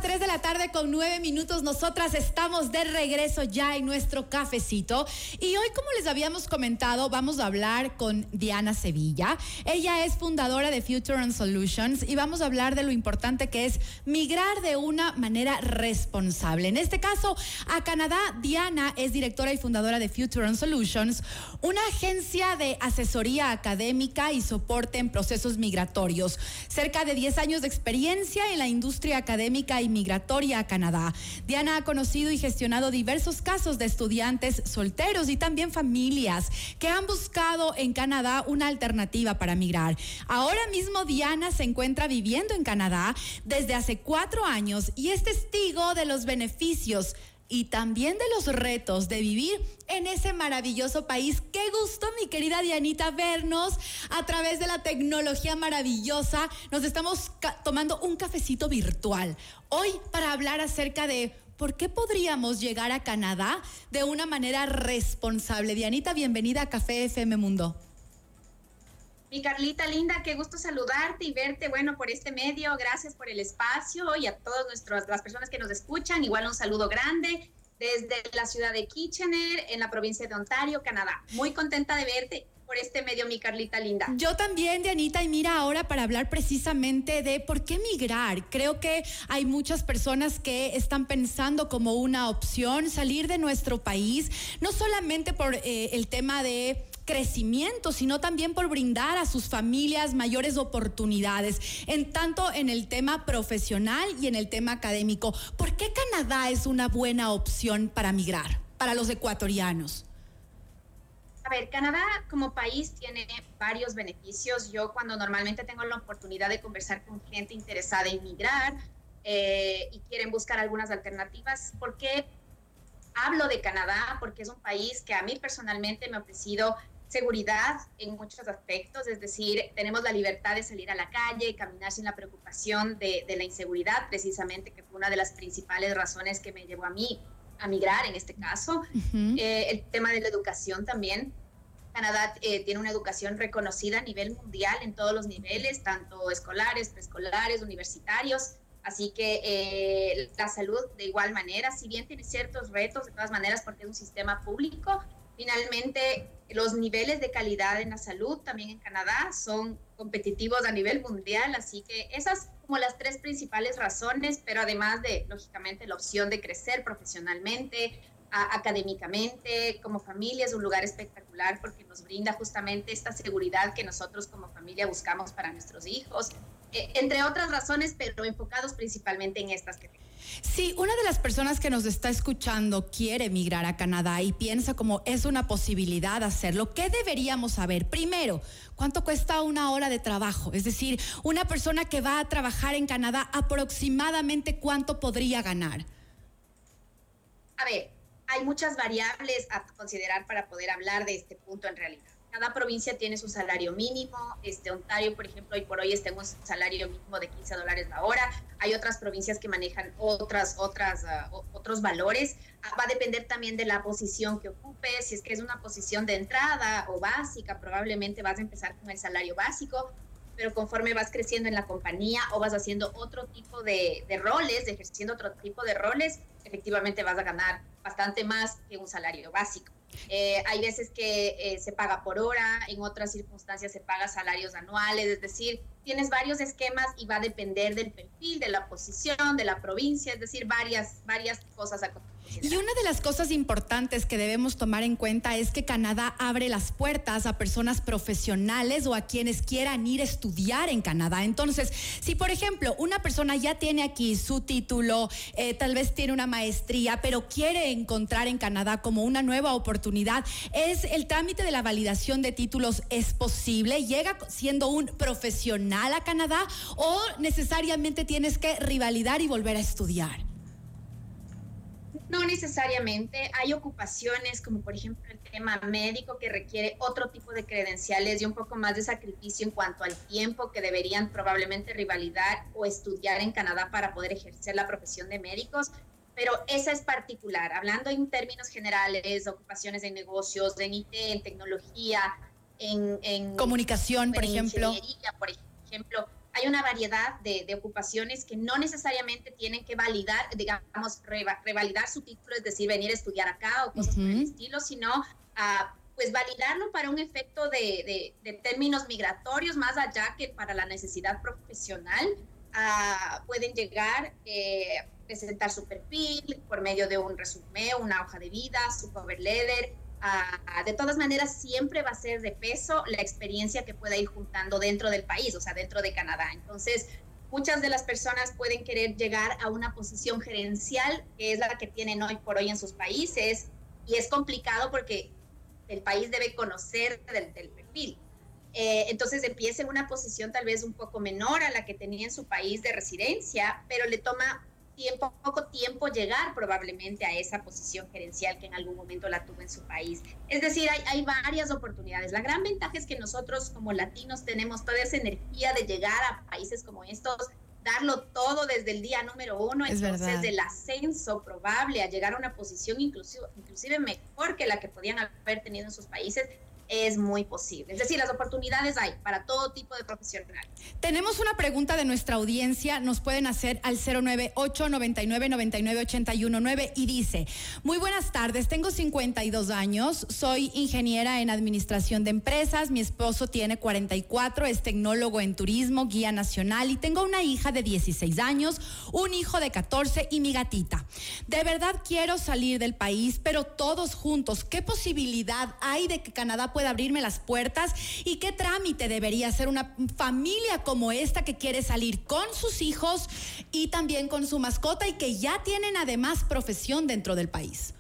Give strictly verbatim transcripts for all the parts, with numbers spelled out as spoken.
tres de la tarde con nueve minutos. Nosotras estamos de regreso ya en nuestro cafecito. Y hoy, como les habíamos comentado, vamos a hablar con Diana Sevilla. Ella es fundadora de Future and Solutions y vamos a hablar de lo importante que es migrar de una manera responsable. En este caso, a Canadá. Diana es directora y fundadora de Future and Solutions, una agencia de asesoría académica y soporte en procesos migratorios. Cerca de diez años de experiencia en la industria académica y migratoria a Canadá. Diana ha conocido y gestionado diversos casos de estudiantes solteros y también familias que han buscado en Canadá una alternativa para migrar. Ahora mismo Diana se encuentra viviendo en Canadá desde hace cuatro años y es testigo de los beneficios y también de los retos de vivir en ese maravilloso país. Qué gusto, mi querida Dianita, vernos a través de la tecnología maravillosa. Nos estamos ca- tomando un cafecito virtual hoy para hablar acerca de por qué podríamos llegar a Canadá de una manera responsable. Dianita, bienvenida a Café F M Mundo. Mi Carlita linda, qué gusto saludarte y verte, bueno, por este medio. Gracias por el espacio y a todas nuestras las personas que nos escuchan. Igual un saludo grande desde la ciudad de Kitchener, en la provincia de Ontario, Canadá. Muy contenta de verte por este medio, mi Carlita linda. Yo también, Dianita, y mira, ahora para hablar precisamente de por qué migrar. Creo que hay muchas personas que están pensando como una opción salir de nuestro país, no solamente por eh, el tema de crecimiento, sino también por brindar a sus familias mayores oportunidades, en tanto en el tema profesional y en el tema académico. ¿Por qué Canadá es una buena opción para migrar, para los ecuatorianos? A ver, Canadá como país tiene varios beneficios. Yo cuando normalmente tengo la oportunidad de conversar con gente interesada en migrar eh, y quieren buscar algunas alternativas, ¿por qué hablo de Canadá? Porque es un país que a mí personalmente me ha ofrecido seguridad en muchos aspectos, es decir, tenemos la libertad de salir a la calle, caminar sin la preocupación de, de la inseguridad, precisamente, que fue una de las principales razones que me llevó a mí a migrar en este caso. Uh-huh. Eh, el tema de la educación también. Canadá eh, tiene una educación reconocida a nivel mundial en todos los niveles, tanto escolares, preescolares, universitarios. Así que eh, la salud de igual manera, si bien tiene ciertos retos de todas maneras porque es un sistema público, finalmente los niveles de calidad en la salud también en Canadá son competitivos a nivel mundial, así que esas como las tres principales razones, pero además de, lógicamente, la opción de crecer profesionalmente, a, académicamente, como familia, es un lugar espectacular porque nos brinda justamente esta seguridad que nosotros como familia buscamos para nuestros hijos, eh, entre otras razones, pero enfocados principalmente en estas que tenemos. Sí, una de las personas que nos está escuchando quiere emigrar a Canadá y piensa como es una posibilidad hacerlo. ¿Qué deberíamos saber? Primero, ¿cuánto cuesta una hora de trabajo? Es decir, una persona que va a trabajar en Canadá, aproximadamente ¿cuánto podría ganar? A ver, hay muchas variables a considerar para poder hablar de este punto en realidad. Cada provincia tiene su salario mínimo. Este, Ontario, por ejemplo, hoy por hoy está en un salario mínimo de quince dólares la hora. Hay otras provincias que manejan otras, otras, uh, otros valores. Uh, va a depender también de la posición que ocupes. Si es que es una posición de entrada o básica, probablemente vas a empezar con el salario básico, pero conforme vas creciendo en la compañía o vas haciendo otro tipo de, de roles, ejerciendo otro tipo de roles, efectivamente vas a ganar bastante más que un salario básico. Eh, hay veces que eh, se paga por hora, en otras circunstancias se paga salarios anuales, es decir, tienes varios esquemas y va a depender del perfil, de la posición, de la provincia, es decir, varias, varias cosas a considerar. Y una de las cosas importantes que debemos tomar en cuenta es que Canadá abre las puertas a personas profesionales o a quienes quieran ir a estudiar en Canadá. Entonces, si por ejemplo una persona ya tiene aquí su título, eh, tal vez tiene una maestría, pero quiere encontrar en Canadá como una nueva oportunidad, ¿es el trámite de la validación de títulos es posible? ¿Llega siendo un profesional a Canadá o necesariamente tienes que revalidar y volver a estudiar? No necesariamente. Hay ocupaciones como por ejemplo el tema médico que requiere otro tipo de credenciales y un poco más de sacrificio en cuanto al tiempo que deberían probablemente revalidar o estudiar en Canadá para poder ejercer la profesión de médicos, pero esa es particular. Hablando en términos generales, ocupaciones en negocios, en I T, en tecnología, en, en comunicación, por en ejemplo. ingeniería, por ejemplo, hay una variedad de, de ocupaciones que no necesariamente tienen que validar, digamos, reva, revalidar su título, es decir, venir a estudiar acá o cosas uh-huh. por el estilo, sino uh, pues validarlo para un efecto de, de, de términos migratorios, más allá que para la necesidad profesional. Uh, pueden llegar, eh, presentar su perfil por medio de un resumen, una hoja de vida, su cover letter. Uh, de todas maneras, siempre va a ser de peso la experiencia que pueda ir juntando dentro del país, o sea, dentro de Canadá. Entonces, muchas de las personas pueden querer llegar a una posición gerencial, que es la que tienen hoy por hoy en sus países, y es complicado porque el país debe conocer del, del perfil. Eh, entonces empieza en una posición tal vez un poco menor a la que tenía en su país de residencia, pero le toma tiempo, poco tiempo llegar probablemente a esa posición gerencial que en algún momento la tuvo en su país. Es decir, hay, hay varias oportunidades. La gran ventaja es que nosotros como latinos tenemos toda esa energía de llegar a países como estos, darlo todo desde el día número uno, es entonces verdad. Del ascenso probable a llegar a una posición inclusive, inclusive mejor que la que podían haber tenido en sus países, es muy posible. Es decir, las oportunidades hay para todo tipo de profesionales. Tenemos una pregunta de nuestra audiencia, nos pueden hacer al cero nueve ocho, noventa y nueve, noventa y nueve, ochenta y uno nueve y dice: muy buenas tardes, tengo cincuenta y dos años, soy ingeniera en administración de empresas, mi esposo tiene cuarenta y cuatro, es tecnólogo en turismo, guía nacional y tengo una hija de dieciséis años, un hijo de catorce y mi gatita. De verdad quiero salir del país, pero todos juntos, ¿qué posibilidad hay de que Canadá pueda abrirme las puertas y qué trámite debería hacer una familia como esta que quiere salir con sus hijos y también con su mascota y que ya tienen además profesión dentro del país?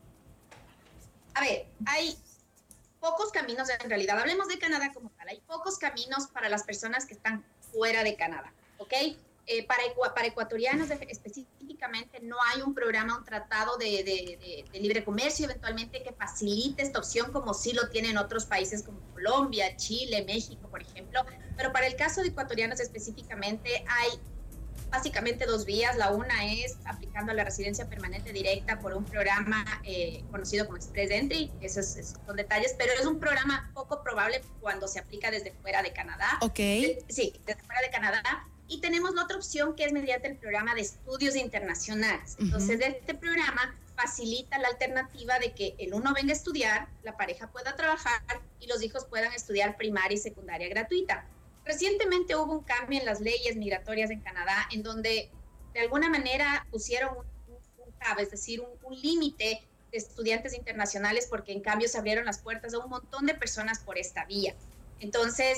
A ver, hay pocos caminos en realidad. Hablemos de Canadá como tal. Hay pocos caminos para las personas que están fuera de Canadá, ¿ok? Eh, para, para ecuatorianos específicamente no hay un programa, un tratado de, de, de, de libre comercio eventualmente que facilite esta opción como sí lo tienen otros países como Colombia, Chile, México, por ejemplo. Pero para el caso de ecuatorianos específicamente hay básicamente dos vías. La una es aplicando a la residencia permanente directa por un programa eh, conocido como Express Entry. Esos, esos son detalles, pero es un programa poco probable cuando se aplica desde fuera de Canadá. Ok. De, sí, desde fuera de Canadá. Y tenemos la otra opción que es mediante el programa de estudios internacionales. Entonces, uh-huh. este programa facilita la alternativa de que el uno venga a estudiar, la pareja pueda trabajar y los hijos puedan estudiar primaria y secundaria gratuita. Recientemente hubo un cambio en las leyes migratorias en Canadá en donde de alguna manera pusieron un, un, un cap, es decir, un, un límite de estudiantes internacionales porque en cambio se abrieron las puertas a un montón de personas por esta vía. Entonces,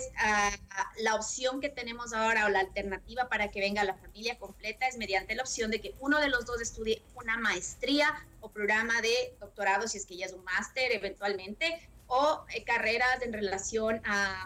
uh, la opción que tenemos ahora o la alternativa para que venga la familia completa es mediante la opción de que uno de los dos estudie una maestría o programa de doctorado, si es que ya es un máster eventualmente, o eh, carreras en relación a,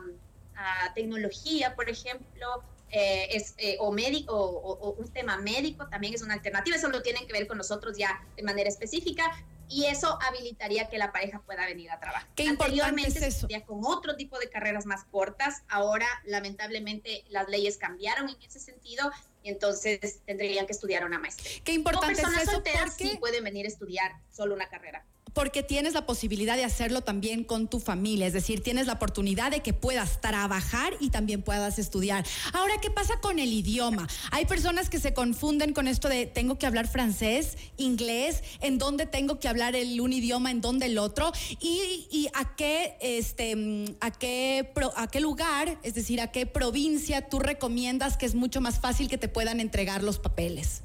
a tecnología, por ejemplo, eh, es, eh, o, médico, o, o, o un tema médico también es una alternativa. Eso lo tienen que ver con nosotros ya de manera específica. Y eso habilitaría que la pareja pueda venir a trabajar. Qué importante es eso. Anteriormente con otro tipo de carreras más cortas, ahora lamentablemente las leyes cambiaron en ese sentido y entonces tendrían que estudiar una maestría. Qué importante es eso. Personas solteras porque... sí pueden venir a estudiar solo una carrera. Porque tienes la posibilidad de hacerlo también con tu familia, es decir, tienes la oportunidad de que puedas trabajar y también puedas estudiar. Ahora, ¿qué pasa con el idioma? Hay personas que se confunden con esto de tengo que hablar francés, inglés, en dónde tengo que hablar el un idioma, en dónde el otro, y, y a qué, este, a qué, a qué lugar, es decir, a qué provincia tú recomiendas que es mucho más fácil que te puedan entregar los papeles.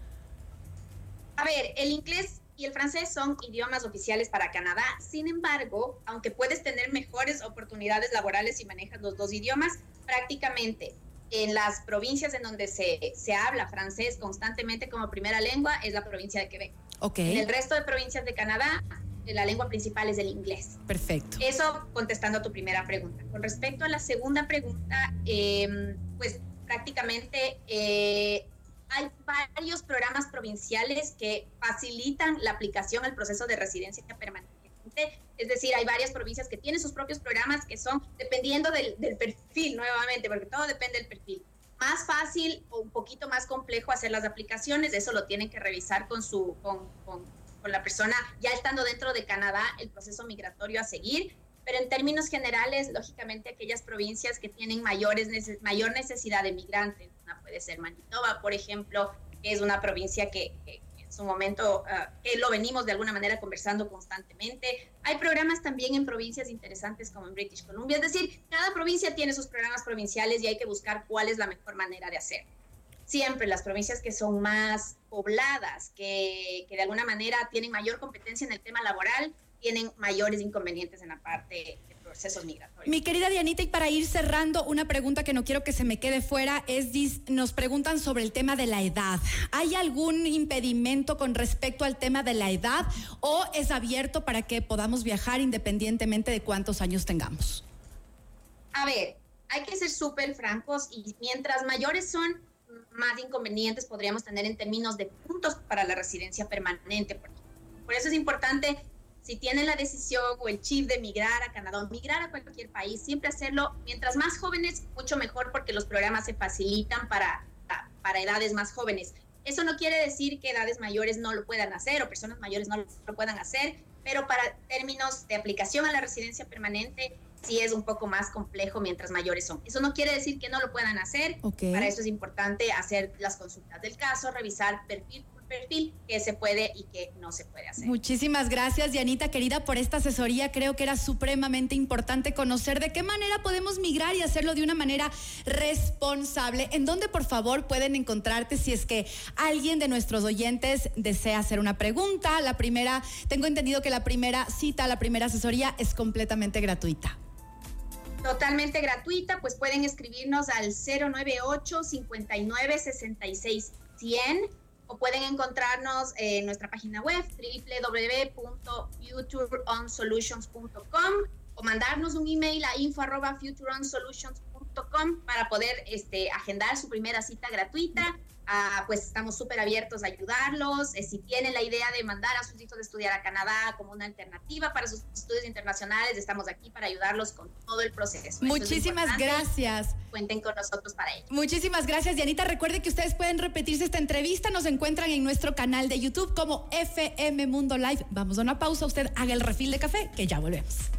A ver, el inglés y el francés son idiomas oficiales para Canadá. Sin embargo, aunque puedes tener mejores oportunidades laborales si manejas los dos idiomas, prácticamente en las provincias en donde se, se habla francés constantemente como primera lengua es la provincia de Quebec. Okay. En el resto de provincias de Canadá, la lengua principal es el inglés. Perfecto. Eso contestando a tu primera pregunta. Con respecto a la segunda pregunta, eh, pues prácticamente... Eh, hay varios programas provinciales que facilitan la aplicación al proceso de residencia permanente. Es decir, hay varias provincias que tienen sus propios programas que son dependiendo del, del perfil, nuevamente, porque todo depende del perfil. Más fácil o un poquito más complejo hacer las aplicaciones, eso lo tienen que revisar con, su, con, con, con la persona ya estando dentro de Canadá, el proceso migratorio a seguir. pero en términos generales, lógicamente, aquellas provincias que tienen mayores neces- mayor necesidad de migrantes, una puede ser Manitoba, por ejemplo, que es una provincia que, que, que en su momento, uh, que lo venimos de alguna manera conversando constantemente. Hay programas también en provincias interesantes como en British Columbia, es decir, cada provincia tiene sus programas provinciales y hay que buscar cuál es la mejor manera de hacerlo. Siempre las provincias que son más pobladas, que, que de alguna manera tienen mayor competencia en el tema laboral, tienen mayores inconvenientes en la parte de procesos migratorios. Mi querida Dianita, y para ir cerrando, una pregunta que no quiero que se me quede fuera, es nos preguntan sobre el tema de la edad. ¿Hay algún impedimento con respecto al tema de la edad o es abierto para que podamos viajar independientemente de cuántos años tengamos? A ver, hay que ser súper francos y mientras mayores son, más inconvenientes podríamos tener en términos de puntos para la residencia permanente. Por eso es importante, si tienen la decisión o el chip de migrar a Canadá o migrar a cualquier país, siempre hacerlo, mientras más jóvenes, mucho mejor, porque los programas se facilitan para, para edades más jóvenes. Eso no quiere decir que edades mayores no lo puedan hacer o personas mayores no lo puedan hacer, pero para términos de aplicación a la residencia permanente, sí es un poco más complejo mientras mayores son. Eso no quiere decir que no lo puedan hacer. Okay. Para eso es importante hacer las consultas del caso, revisar perfil por perfil, qué se puede y qué no se puede hacer. Muchísimas gracias, Dianita, querida, por esta asesoría. Creo que era supremamente importante conocer de qué manera podemos migrar y hacerlo de una manera responsable. ¿En dónde, por favor, pueden encontrarte si es que alguien de nuestros oyentes desea hacer una pregunta? La primera, tengo entendido que la primera cita, la primera asesoría es completamente gratuita. Totalmente gratuita, pues pueden escribirnos al cero nueve ocho, cinco nueve, seis seis, cero cero o pueden encontrarnos en nuestra página web doble u doble u doble u punto future on solutions punto com o mandarnos un email a info arroba future on solutions punto com para poder este, agendar su primera cita gratuita. Uh, pues estamos súper abiertos a ayudarlos. Eh, si tienen la idea de mandar a sus hijos a estudiar a Canadá como una alternativa para sus estudios internacionales, estamos aquí para ayudarlos con todo el proceso. Muchísimas gracias. Cuenten con nosotros para ello. Muchísimas gracias, Dianita. Recuerde que ustedes pueden repetirse esta entrevista. Nos encuentran en nuestro canal de YouTube como F M Mundo Live. Vamos a una pausa. Usted haga el refil de café, que ya volvemos.